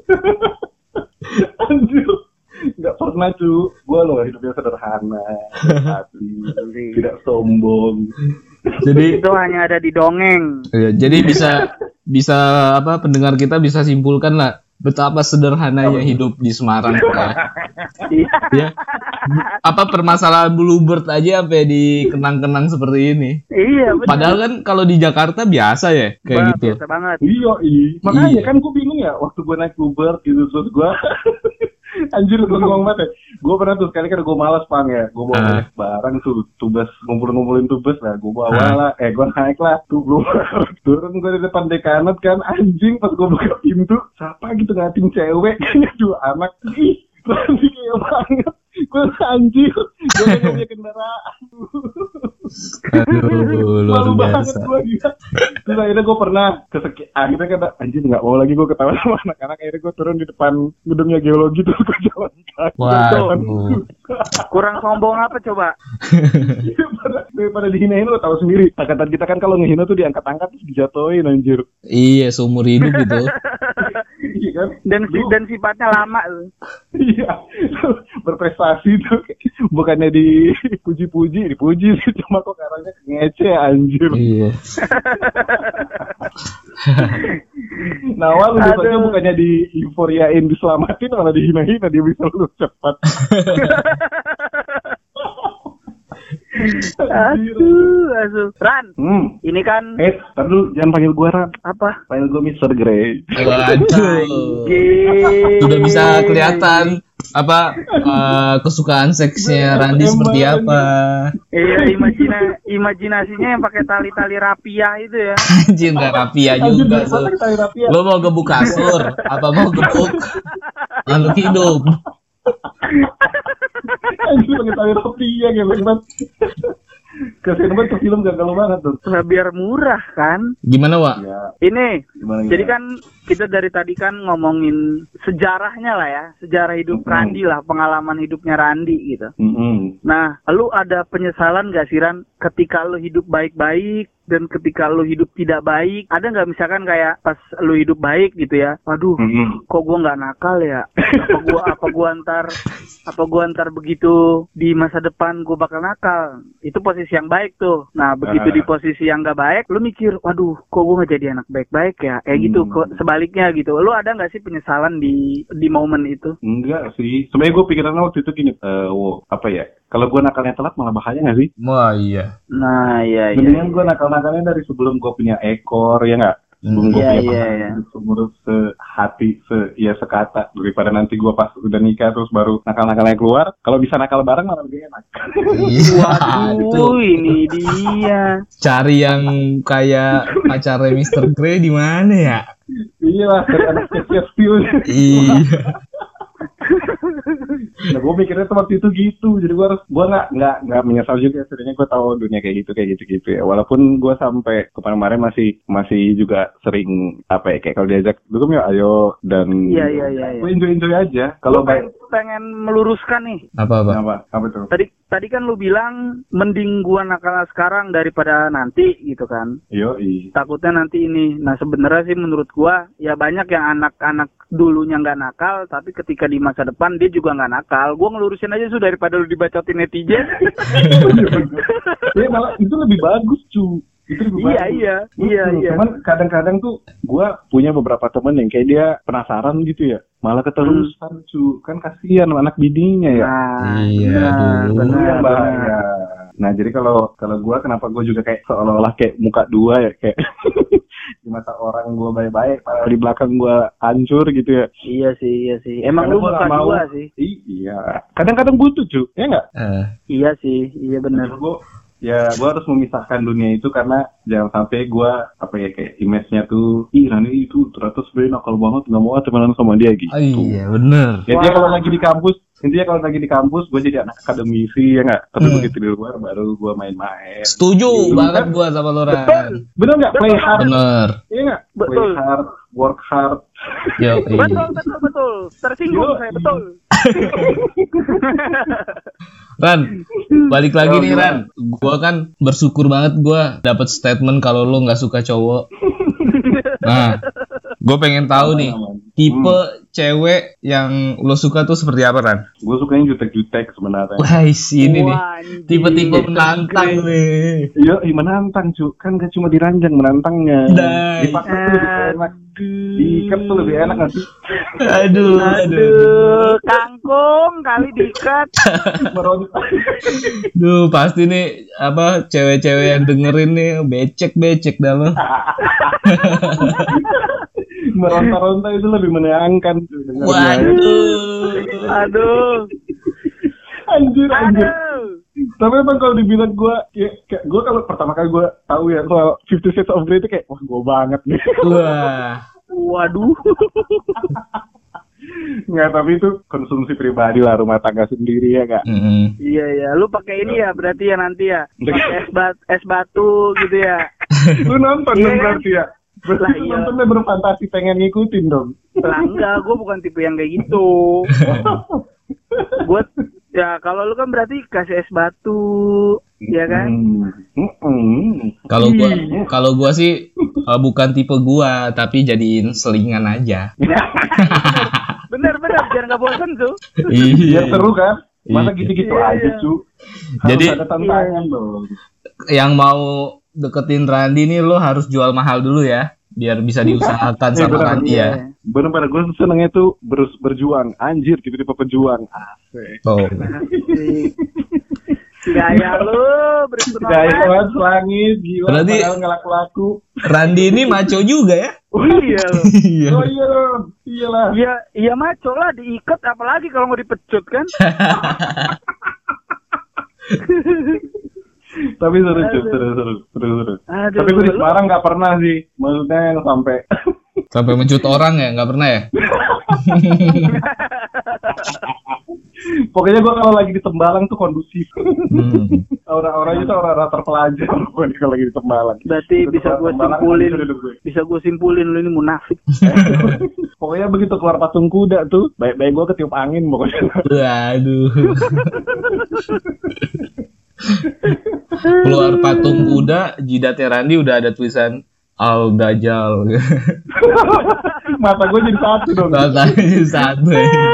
Anjir. Nggak pernah cu. Gue loh hidupnya sederhana. Hati. Tidak sombong. Jadi Itu hanya ada di dongeng. ya, jadi bisa bisa apa pendengar kita bisa simpulkan lah betapa sederhananya hidup di Semarang ya. Iya. Ya. Apa permasalahan Bluebird aja sampai dikenang-kenang seperti ini. Iya, benar. Padahal kan kalau di Jakarta biasa ya kayak Bah, gitu. Biasa banget. Iya, iya. Makanya Iya. kan gue bingung ya waktu gue naik Bluebird gitu terus gue anjir gue ngomong banget ya. Gue pernah tuh sekali kan gue malas Pang ya. Gue bawa Ah. banyak barang tuh tubes ngumpul-ngumpulin tubes lah. Gue bawa Ah. lah. Eh gue naik lah tuh Bluebird. Turun gue di depan dekanat kan anjing pas gue buka pintu siapa gitu ngatin cewek kayaknya dua anak. Ih, berarti kayak banget. Gue anjir. Gue gak punya kendaraan. Aduh, luar Malu banget biasa. gue gila. Terus akhirnya gue pernah keseki akhirnya kata anjir nggak mau lagi gue ketawa sama anak-anak. Akhirnya gue turun di depan gedungnya geologi terus gue jalan kaki. Waduh. Kurang sombong apa coba? daripada, daripada dihinain lo tahu sendiri. Angkatan kita kan kalau ngehina tuh diangkat-angkat terus dijatuhin anjir. Iya, seumur hidup gitu. Iya kan? Dan si- Lu- dan sifatnya lama tuh. Iya. Berprestasi tuh bukannya dipuji-puji, dipuji sih cuma kok karangnya ngece anjir. Iya. Nawal lu besoknya Aduh. bukannya di euforiain diselamatin malah dihina-hina dia bisa lulus cepat. Anjir. Aduh, aduh. Ran, Hmm. ini kan Eh, tar dulu jangan panggil gua Ran. apa? Panggil gua mister Grey. Waduh. Anjing. Sudah bisa kelihatan apa eh, kesukaan seksnya Randi Emang. seperti apa. Iya, imajina imajinasinya yang pakai tali-tali rapia itu ya. Anjir, nggak rapia Anjir, juga. dari mana Sur. kita rapi ya? Lo mau gebuk kasur? Apa mau gebuk makhluk hidup? Anjir, pakai tali rapi ya gitu kan. Kasian banget tuh film gagal banget tuh. Nah, biar murah kan. Gimana, Wak? Ya, Ini gimana jadi gimana? kan kita dari tadi kan ngomongin sejarahnya lah ya, sejarah hidup Mm-mm. Randi lah, pengalaman hidupnya Randi gitu. Mm-mm. Nah, lu ada penyesalan gak sih Ran ketika lu hidup baik-baik, dan ketika lu hidup tidak baik, ada nggak misalkan kayak pas lu hidup baik gitu ya, waduh, Mm-mm. kok gua nggak nakal ya? Apa gua apa gua antar apa gua antar begitu di masa depan gua bakal nakal? Itu posisi yang baik tuh. Nah begitu Ah. di posisi yang nggak baik, lu mikir, waduh, kok gua nggak jadi anak baik-baik ya? Eh gitu, Hmm. kok sebaliknya gitu. Lu ada nggak sih penyesalan di di momen itu? Enggak sih. Sebenarnya gue pikirannya waktu itu gini, eh, wow, apa ya? Kalau gue nakalnya telat malah bahaya nggak sih? Wah iya. Nah iya iya. Mendingan gue nakal-nakalnya dari sebelum gue punya ekor, ya nggak? Sebelum gue Iya, punya iya, pasangan, iya. seumur sehati, se ya sekata, daripada nanti gue pas udah nikah terus baru nakal-nakalnya keluar. Kalau bisa nakal bareng malah lebih enak. Iya. Itu Waduh, ini dia. cari yang kayak pacarnya mister Grey di mana ya? Iya lah, dari anak kecil feel. Iya. Nah, gue mikirnya tuh waktu itu gitu, jadi gue harus, gue nggak nggak nggak menyesal juga. Sebenarnya gue tahu dunia kayak gitu kayak gitu gitu ya. Walaupun gue sampai kemarin-kemarin masih masih juga sering apa ya, kayak kalau diajak dulu ya ayo dan Iya, iya, iya, iya. gue enjoy enjoy aja. Kalau Kalau baik pengen, pengen meluruskan nih. Apa apa? apa apa tuh? Tadi tadi kan lu bilang mending gua nakal sekarang daripada nanti gitu kan. Yo i. Takutnya nanti ini. Nah sebenarnya sih menurut gua ya banyak yang anak-anak dulunya nggak nakal, tapi ketika di masa depan dia juga nggak nakal. Gua ngelurusin aja sudah daripada lu dibacotin netizen. Ya malah itu lebih bagus cu. Itu lebih Iya, bagus. iya, Betul. iya, iya. Cuman kadang-kadang tuh gue punya beberapa temen yang kayak dia penasaran gitu ya, malah keterusan cu, kan kasihan sama anak bininya ya. Nah, Iya, benar, aduh. benar, Itu yang benar. bahaya. Nah jadi kalau kalau gue kenapa gue juga kayak seolah-olah kayak muka dua ya, kayak di mata orang gue baik-baik, padahal di belakang gue hancur gitu ya. Iya sih, iya sih. Emang Karena lu gua muka nggak mau. dua sih. I- iya. Kadang-kadang butuh cu, ya nggak? Eh, Iya sih, iya benar. Gue ya gue harus memisahkan dunia itu karena jangan sampai gue apa ya kayak image-nya tuh ih Rani itu ternyata sebenarnya nakal banget nggak mau temenan sama dia gitu. oh iya bener. Intinya Wah. kalau lagi di kampus, intinya kalau lagi di kampus gue jadi anak akademisi ya nggak. Tapi Hmm. begitu di luar baru gue main-main. Setuju Gitu. banget gua sama lu Ran. Bener nggak? Play hard, Bener. iya nggak? Play Betul. hard, work hard. Yo. Betul, betul, betul. Tersinggung Yo, saya, betul. Ran, balik lagi Oh, nih gimana? Ran. Gua kan bersyukur banget gua dapat statement kalau lu nggak suka cowok. Nah, gua pengen tahu nih tipe cewek yang lo suka tuh seperti apa Ran? Gue sukanya jutek-jutek sebenarnya. Wah, ini nih. Wah, anjing. Tipe-tipe menantang nih. Iya, ih, menantang cu, kan gak cuma diranjang menantangnya. Dai. Dipaksa tuh lebih enak. Diikat tuh lebih enak nggak sih? Aduh, aduh. Aduh, kangkung kali diikat. Merontak. Duh, pasti nih apa cewek-cewek yang dengerin nih becek-becek dah lo. Meronta-ronta itu lebih menyenangkan. dengarnya. Waduh. Aduh. Anjir, anjir. Aduh. Tapi emang kalau dibilang gue, kayak, kayak gue kalau pertama kali gue tahu ya soal Fifty Shades of Grey itu kayak, wah gue banget nih. Wah. Waduh. Nggak, tapi itu konsumsi pribadi lah, rumah tangga sendiri ya kak. Mm-mm. Iya ya, lu pakai ini ya berarti ya nanti ya. Pakai es, bat- es batu gitu ya. Lu nonton Iya. dong berarti ya? Berarti Lah, lu iya. nontonnya berfantasi pengen ngikutin dong. Lah enggak, gue bukan tipe yang kayak gitu. Gue ya kalau lu kan berarti kasih es batu, ya kan? Hmm. Hmm. Kalau gua kalau gua sih uh, bukan tipe gua, tapi jadiin selingan aja. Bener bener, biar nggak bosan tuh. Biar Iya. seru kan? Masa Iya. gitu-gitu Iya, aja iya. cu. Jadi- Harus ada tantangan dong. Yang mau deketin Randi nih lo harus jual mahal dulu ya, biar bisa diusahakan Eh, sama benar, Randi ya. Bener pada gue senengnya tuh ber- berjuang. Anjir, tipe-tipe pejuang. Asik. Oh. Asik. Gaya lu berikut Gaya banget selangit, gila. Berarti- Padahal nggak laku-laku. Randi ini maco juga ya? Oh iya lu. Iya. Oh iya dong, iyalah. Iya, iya maco lah diikat apalagi kalau mau dipecut kan? Tapi seru, cu. Aduh. seru, seru, seru, seru. Aduh, Tapi gue di lu- Semarang nggak pernah sih. Maksudnya yang sampai Sampai mencut orang ya? Nggak pernah ya? pokoknya gue kalau lagi di Tembalang tuh kondusif. Hmm. Orang-orangnya tuh orang-orang terpelajar pokoknya kalau lagi di Tembalang. Berarti Itu bisa tempat gue Tembalang, simpulin, hancur hidup gue. bisa gue simpulin lu ini munafik. Pokoknya begitu keluar patung kuda tuh, baik-baik gue ketiup angin pokoknya. Waduh. Keluar patung kuda, jidatnya Randi udah ada tulisan Al Dajjal. Mata gue jadi satu dong. Matanya jadi satu.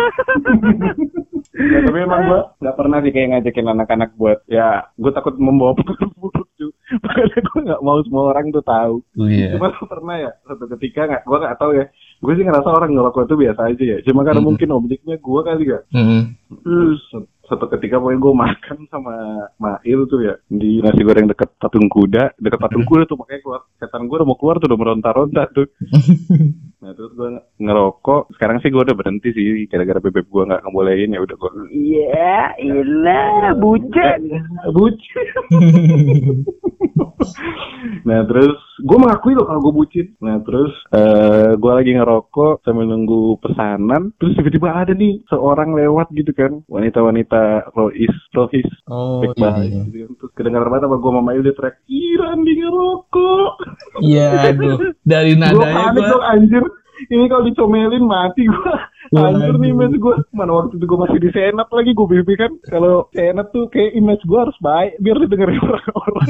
Ya, tapi emang gue nggak pernah sih kayak ngajakin anak-anak buat ya gue takut membawa pengaruh buruk cuy. Makanya gue nggak mau semua orang tuh tahu. Oh, iya. Cuma pernah ya satu ketika nggak gue nggak tahu ya. Gue sih ngerasa orang ngerokok itu biasa aja ya. Cuma karena Hmm. mungkin objeknya gue kali ya. Hmm. Terus satu ketika pokoknya gue makan sama Mail tuh ya di nasi goreng deket patung kuda, deket patung kuda tuh makanya keluar setan gue udah mau keluar tuh udah meronta-ronta tuh. Nah terus gue ngerokok. Sekarang sih gue udah berhenti sih gara-gara bebek gue nggak ngebolehin ya udah gue. Iya, ilah, bucin. Bucin. Nah terus gue mengakui loh kalau gue bucin. Nah terus uh, gue lagi ngerokok sambil nunggu pesanan. Terus tiba-tiba ada nih seorang lewat gitu kan, wanita-wanita Rois, Rois, Oh baik iya. banget gitu kan. Terus kedengaran banget sama gue sama Mail dia teriak, Iran di ngerokok. Iya, aduh. Dari Gue nadanya panik gua. dong anjir. Ini kalau dicomelin mati gue. Anjir nih image gue. Mana waktu itu gue masih di Senat lagi. Gue B B kan. Kalau Senat tuh kayak image gue harus baik. Biar didengerin orang-orang.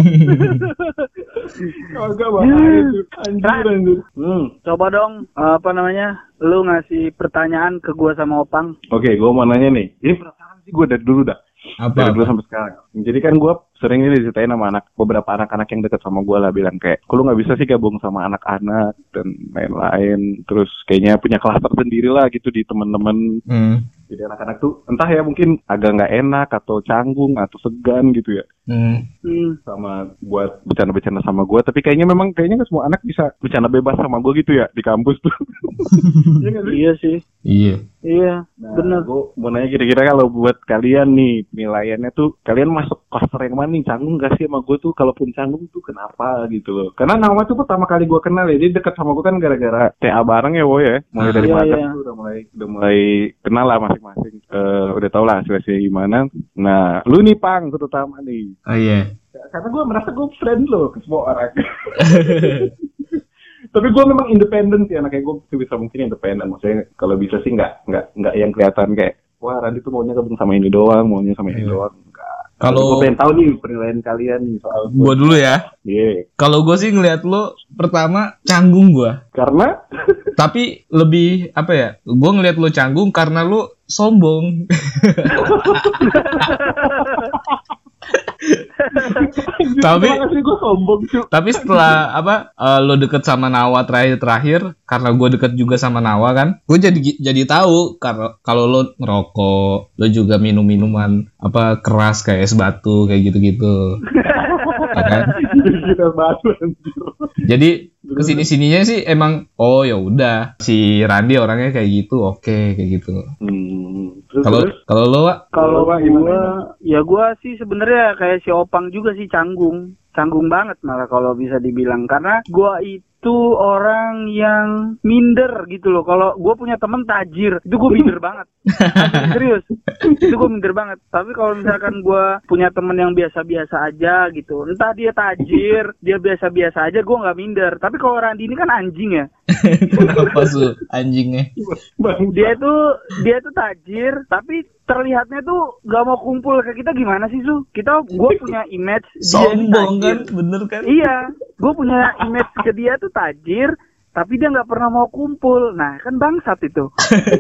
Agak bahaya tuh. Anjir anjir. Hmm. Coba dong, apa namanya, lu ngasih pertanyaan ke gua sama Opang. Oke, gue mau nanya nih. Ini perasaan sih gue dari dulu dah. Apa? Dari dulu sampai sekarang. Jadi kan gue sering ini diceritain sama anak, beberapa anak-anak yang deket sama gue lah bilang kayak, kalau nggak bisa sih gabung sama anak-anak dan lain-lain. Terus kayaknya punya klaster sendiri lah gitu di teman-teman. Hmm. Jadi anak-anak tuh entah ya mungkin agak nggak enak atau canggung atau segan gitu ya Hmm. Hmm. sama buat bercanda-bercanda sama gue. Tapi kayaknya memang kayaknya nggak semua anak bisa bercanda bebas sama gue gitu ya di kampus tuh. Iya nggak sih? Iya sih. Iya. Iya, Nah, bener. gue mau nanya kira-kira kalau buat kalian nih penilaiannya tuh kalian masuk klaster yang mana nih? Canggung gak sih sama gue tuh? Kalaupun canggung tuh kenapa gitu loh? Karena nama tuh pertama kali gue kenal ya, dia dekat sama gue kan gara-gara T A bareng ya, Wo ya. Mulai dari Iya, Maret iya. tuh udah mulai udah mulai kenal lah masing-masing. Eh, udah tau lah hasil-hasilnya gimana. Nah, lu nih Pang terutama nih. Oh iya. Karena gue merasa gue friend loh ke semua orang. Tapi gue memang independen sih anaknya, gue bisa mungkin independen. Maksudnya kalau bisa sih nggak nggak nggak yang kelihatan kayak wah Randy tuh maunya gabung sama ini doang, maunya sama ini Iya. doang. Enggak. Kalau- gue pengen tahu nih penilaian kalian nih soal Gua dulu ya. Iya. Kalau gue sih ngeliat lo pertama canggung gua. Karena Tapi lebih apa ya? Gue ngeliat lo canggung karena lo sombong. Tapi- sih gue sombong cuy. Tapi setelah apa eh, lo deket sama Nawa terakhir-terakhir, karena gue deket juga sama Nawa kan, gue jadi jadi tahu kalau kalau lo ngerokok, lo juga minum minuman apa keras kayak es batu kayak gitu-gitu. Ya kan? Kita batu anjir. Jadi kesini sininya sih emang oh ya udah si Randi orangnya kayak gitu, oke kayak gitu. Hmm. Terus, Kalau terus? kalau lo Wak? Kalau Pak, gua, gimana, ya gua sih sebenarnya kayak si Opang juga sih canggung, canggung banget malah kalau bisa dibilang, karena gua itu orang yang minder gitu loh. Kalau gua punya temen tajir, itu gua minder banget. Asli, serius, itu gua minder banget. Tapi kalau misalkan gua punya temen yang biasa-biasa aja gitu, entah dia tajir, dia biasa-biasa aja, gua nggak minder. Tapi kalau Randi ini kan anjing ya. Kenapa su anjingnya? Bang, Dia tuh dia tuh tajir, tapi terlihatnya tuh gak mau kumpul ke kita. Gimana sih Su? Kita gue punya image dia ini Sombong tajir. kan, bener kan? Iya, gue punya image ke dia tuh tajir, tapi dia nggak pernah mau kumpul. Nah kan bangsat itu,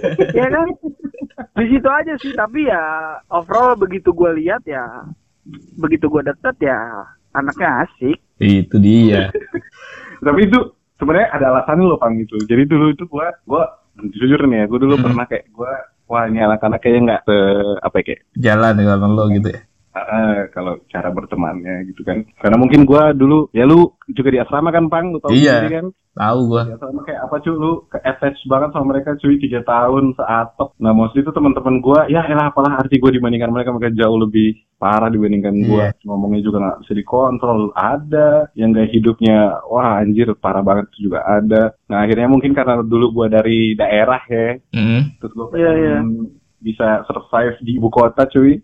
ya kan? Di situ aja sih. Tapi ya overall begitu gue lihat ya, begitu gue deket ya anaknya asik. Itu dia. tapi itu sebenarnya ada alasannya loh Pang itu. Jadi dulu itu gua gua jujur nih ya, gua dulu Hmm. pernah kayak gua wah ini anak-anak kayaknya nggak se apa ya, kayak Jalan dengan lo gitu ya. ah, kalau cara bertemannya gitu kan. Karena mungkin gua dulu ya lu juga di asrama kan Pang, lu tahu Iya. sendiri kan. Tahu gua. Di asrama kayak apa cuy, lu ke attach banget sama mereka cuy, tiga tahun seatop. Nah mostly itu teman-teman gua ya elah apalah arti gua dibandingkan mereka, mereka jauh lebih parah dibandingkan gua. Ngomongnya juga nggak bisa dikontrol, ada yang gaya hidupnya wah anjir parah banget itu juga ada. Nah akhirnya mungkin karena dulu gua dari daerah ya, Mm. terus gua Iya, pengen iya. bisa survive di ibu kota cuy.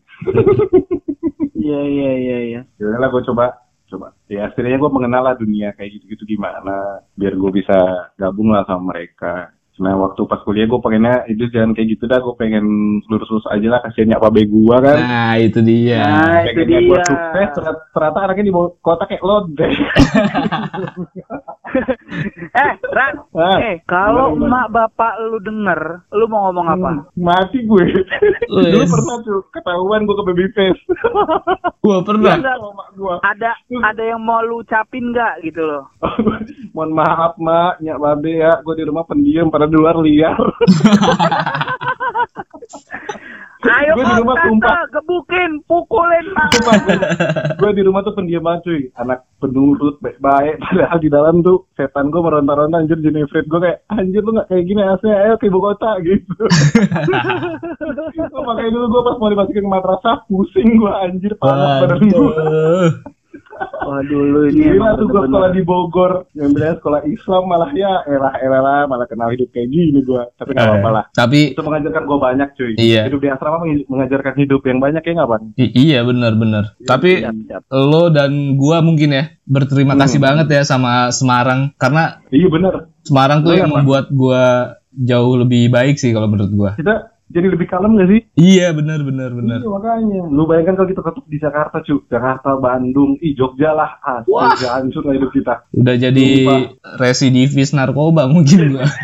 Iya iya iya iya. Yaudah lah gue coba coba ya akhirnya gue mengenal lah dunia kayak gitu-gitu gimana biar gue bisa gabung lah sama mereka. Nah waktu pas kuliah gue pengennya itu jangan kayak gitu dah, gue pengen lurus-lurus aja lah, kasihan nyak babe gue kan. Nah itu dia. Nah, itu Pengennya dia. gue sukses, ternyata, ternyata anaknya di bawah kota kayak lodeh. Eh, Ran, Ah, eh kalau gimana, emak bapak lu denger, lu mau ngomong apa? Hmm, mati gue. Wes. Dulu pernah tuh ketahuan gue ke baby face. Gua pernah. Enggak, Sama mak gue. ada ada yang mau lu ucapin nggak gitu loh? Mohon maaf mak, nyak babe ya, gue di rumah pendiam, pada di luar liar. Ayo Gua di rumah tante, tumpah. gebukin, pukulin Pak. Gue di rumah tuh pendiam banget cuy, anak penurut baik-baik, padahal di dalam tuh setan gue meronta-ronta, anjir Jennifer gue kayak anjir lu nggak kayak gini aslinya, ayo ke ibu kota gitu. Oh, makanya dulu gue pas mau dimasukin ke madrasah pusing gue anjir, panas badan gue. Waduh. Wah dulu ini Gila emang tuh gue bener-bener. sekolah di Bogor, yang bilangnya sekolah Islam malah ya elah elah lah, malah kenal hidup kayak gini gue, tapi nggak apa-apa lah. Tapi Itu mengajarkan gue banyak cuy. Iya. Hidup di asrama meng- mengajarkan hidup yang banyak ya nggak Bang? i- iya benar-benar. Tapi Siap, siap. lo dan gua mungkin ya berterima kasih Hmm. banget ya sama Semarang, karena Iya bener. Semarang tuh Lo yang apa? membuat gua jauh lebih baik sih kalau menurut gua. Kita jadi lebih kalem gak sih? Iya benar benar benar. Iya makanya. Lu bayangkan kalau kita tetap di Jakarta cuy, Jakarta, Bandung, ih Jogja lah, asli hancur lah hidup kita. Udah jadi Sumpah. residivis narkoba mungkin gua.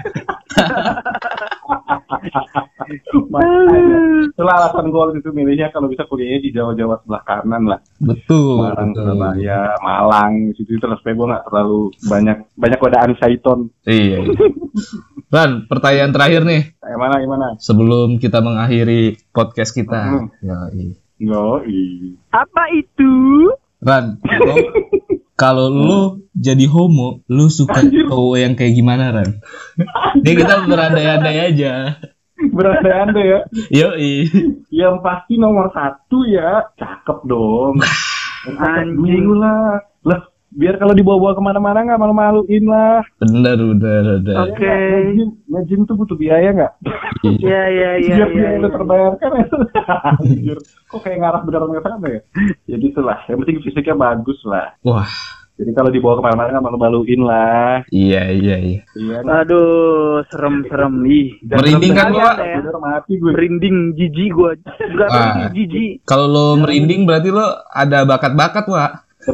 Makanya. Itulah alasan gue waktu itu milihnya kalau bisa kuliahnya di Jawa-Jawa sebelah kanan lah. Betul. Semarang, betul. Surabaya, Malang, situ itu supaya gue nggak terlalu banyak banyak godaan syaiton. Iya. iya. Ran, pertanyaan terakhir nih Kayak mana gimana? sebelum kita mengakhiri podcast kita. Hmm. Ya, iya. Yoi. Apa itu? Ran, lo- kalau lu jadi homo, lu suka Anjir. cowok yang kayak gimana, Ran? Ini kita berandai-andai aja. Berandai-andai ya. Yoi. Yang pasti nomor satu ya cakep dong. Cakep Anjing. dulu lah. Lah biar kalau dibawa-bawa kemana-mana nggak malu-maluin lah. Bener, bener, bener. Oke. Nge-gym, nge-gym tuh butuh biaya nggak? Iya iya iya Biar iya. biaya iya. udah terbayarkan ya. Anjir. Kok kayak ngarah beneran ke sana ya? Ya gitulah. Yang penting fisiknya bagus lah. Wah, Jadi kalau dibawa kemana-mana nggak malu-maluin lah. iya, iya, iya. Iya. Aduh, serem-serem ih. Merinding kan Kalian gua? ya. Bener mati gue. Merinding jijik gua. Enggak Ah. merinding jijik. Kalau lo merinding berarti lo ada bakat-bakat, Wak.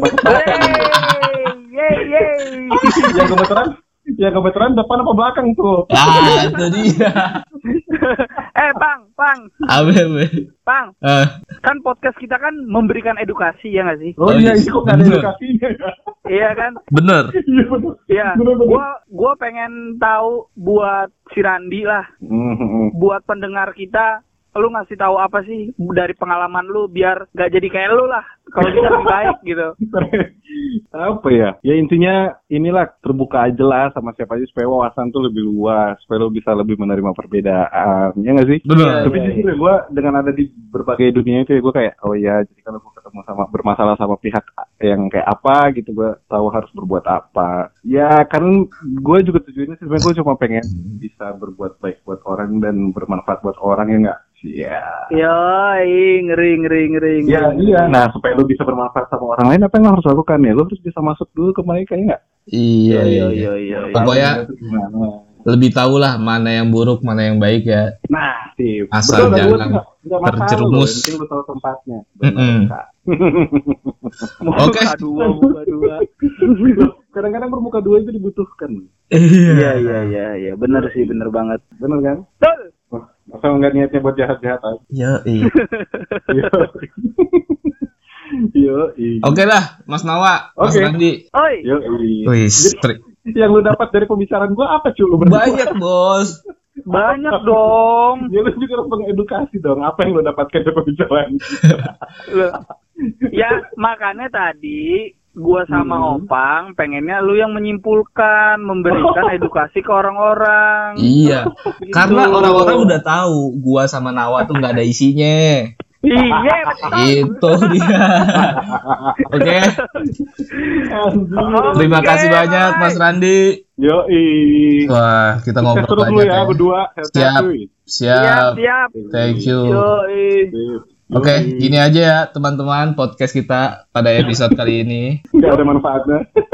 Yeay, yeay. Yang kebetulan, yang kebetulan depan apa belakang tuh? Ah, itu dia. Eh, Bang, Bang, Abe, abe. Bang. Eh, Kan podcast kita kan memberikan edukasi ya nggak sih? Oh, Oh, iya, iya. ini kok nggak ada Bener. edukasinya ya? Iya kan? bener. Iya bener. Iya. Bener-bener. Gua gua pengen tahu buat si Randi lah, Mhm. buat pendengar kita, lu ngasih tahu apa sih dari pengalaman lu biar gak jadi kayak lu lah. Kalau kita lebih baik gitu. Apa ya? Ya intinya inilah terbuka aja lah sama siapa aja supaya wawasan tuh lebih luas, supaya lo bisa lebih menerima perbedaan, ya nggak sih? Bener. Tapi jujur ya, gue dengan ada di berbagai dunia itu ya gue kayak, oh ya, jadi kalau gue ketemu sama bermasalah sama pihak yang kayak apa gitu, gue tahu harus berbuat apa. Ya kan gue juga tujuannya sebenarnya gue cuma pengen bisa berbuat baik buat orang dan bermanfaat buat orang, ya nggak? Ya. Yoi, ngeri ngeri ngeri. Ya ngeri. iya. Nah supaya lo bisa bermanfaat sama orang lain, apa yang lo harus lakukan ya? Lo harus bisa masuk dulu ke mereka, ya nggak? Iya, iya, iya iya. iya. iya. Pokoknya Tahu itu gimana. lebih tahu lah mana yang buruk, mana yang baik ya. Nah, sih. Asal Betul, jangan gua tuh nggak- nggak masalah terjerumus. loh, yang penting lu tahu tempatnya. Mm-mm. Kak. Oke. Muka dua, muka dua. Kadang-kadang bermuka dua itu dibutuhkan. Iya iya iya iya, benar sih, benar banget. Bener kan? Betul. Wah, masa nggak niatnya buat jahat-jahat aja? Iya, iya. Yo. Yo. Oke lah, Mas Nawa, Mas Oke. Randi. Oi. Yo. Wis, tri- Yang lu dapat dari pembicaraan gua apa cuy? Lu berdua? banyak, Bos. Banyak dong. Ya lu juga harus mengedukasi dong. Apa yang lu dapatkan dari pembicaraan? Loh. Ya, makanya tadi gua sama Hmm. Opang pengennya lu yang menyimpulkan, memberikan edukasi ke orang-orang. Iya. Gitu. Karena orang-orang udah tahu gua sama Nawa tuh nggak ada isinya. Iya, betul. Itu dia. Oke. Anjir. Terima Oke, kasih banyak bye. Mas Randi. Yo. Wah, kita ngobrol Terus dulu banyak ya ya. berdua. Sehat-sehat, Siap. cuy. Siap, Siap. siap. Thank you. Yoi. Sip. Oke, gini aja ya teman-teman podcast kita pada episode kali ini. Nggak ada manfaatnya.